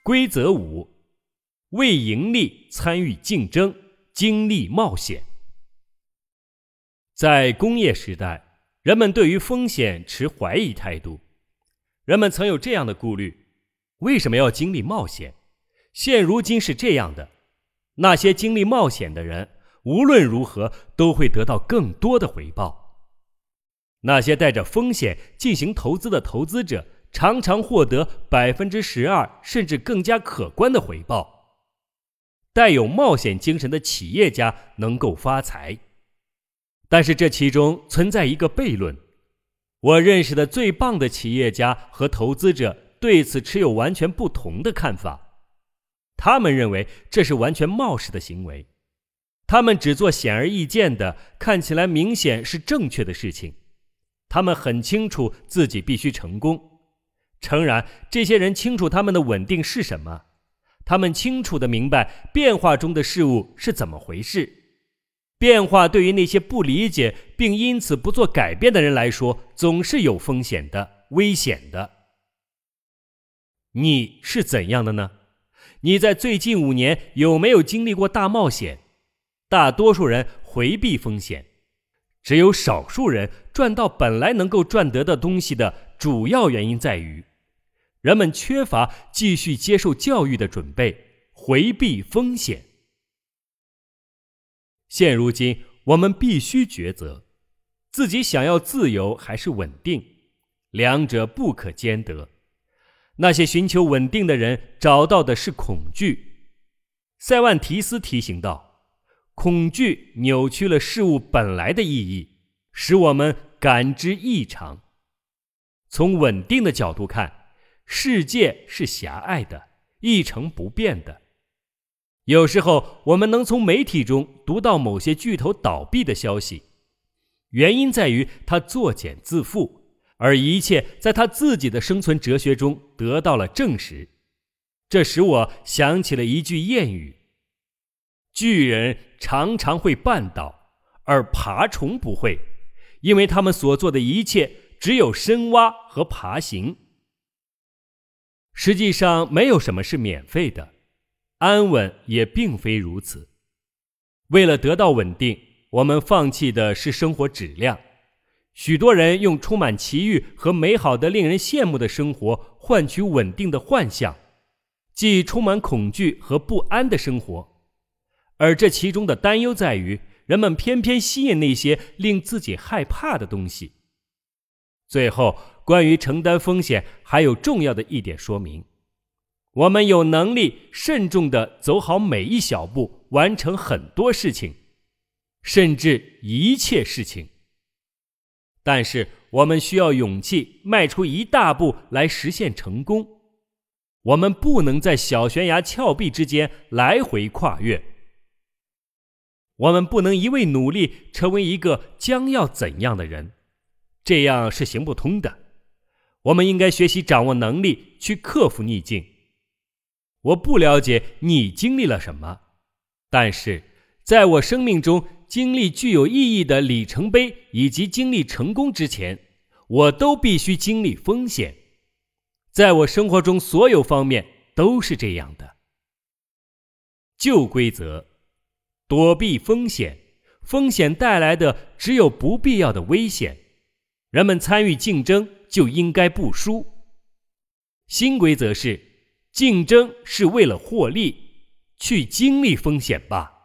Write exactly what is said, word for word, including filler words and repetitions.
规则五：为盈利参与竞争，经历冒险。在工业时代，人们对于风险持怀疑态度。人们曾有这样的顾虑：为什么要经历冒险？现如今是这样的，那些经历冒险的人，无论如何都会得到更多的回报。那些带着风险进行投资的投资者，常常获得 百分之十二 甚至更加可观的回报。带有冒险精神的企业家能够发财。但是这其中存在一个悖论，我认识的最棒的企业家和投资者对此持有完全不同的看法。他们认为这是完全冒失的行为，他们只做显而易见的，看起来明显是正确的事情。他们很清楚自己必须成功。诚然，这些人清楚他们的稳定是什么，他们清楚地明白变化中的事物是怎么回事。变化对于那些不理解并因此不做改变的人来说，总是有风险的、危险的。你是怎样的呢？你在最近五年有没有经历过大冒险？大多数人回避风险，只有少数人赚到本来能够赚得的东西的主要原因在于，人们缺乏继续接受教育的准备，回避风险。现如今，我们必须抉择，自己想要自由还是稳定，两者不可兼得。那些寻求稳定的人找到的是恐惧。塞万提斯提醒道，恐惧扭曲了事物本来的意义，使我们感知异常。从稳定的角度看，世界是狭隘的，一成不变的。有时候我们能从媒体中读到某些巨头倒闭的消息，原因在于他作茧自缚，而一切在他自己的生存哲学中得到了证实。这使我想起了一句谚语：巨人常常会绊倒，而爬虫不会，因为他们所做的一切只有深挖和爬行。实际上没有什么是免费的，安稳也并非如此。为了得到稳定，我们放弃的是生活质量。许多人用充满奇遇和美好的令人羡慕的生活换取稳定的幻象，即充满恐惧和不安的生活。而这其中的担忧在于，人们偏偏吸引那些令自己害怕的东西。最后，关于承担风险还有重要的一点说明，我们有能力慎重地走好每一小步，完成很多事情，甚至一切事情。但是我们需要勇气迈出一大步来实现成功。我们不能在小悬崖峭壁之间来回跨越。我们不能一味努力成为一个将要怎样的人，这样是行不通的。我们应该学习掌握能力去克服逆境。我不了解你经历了什么，但是在我生命中经历具有意义的里程碑以及经历成功之前，我都必须经历风险。在我生活中所有方面都是这样的。旧规则：躲避风险，风险带来的只有不必要的危险。人们参与竞争就应该不输。新规则是：竞争是为了获利，去经历风险吧。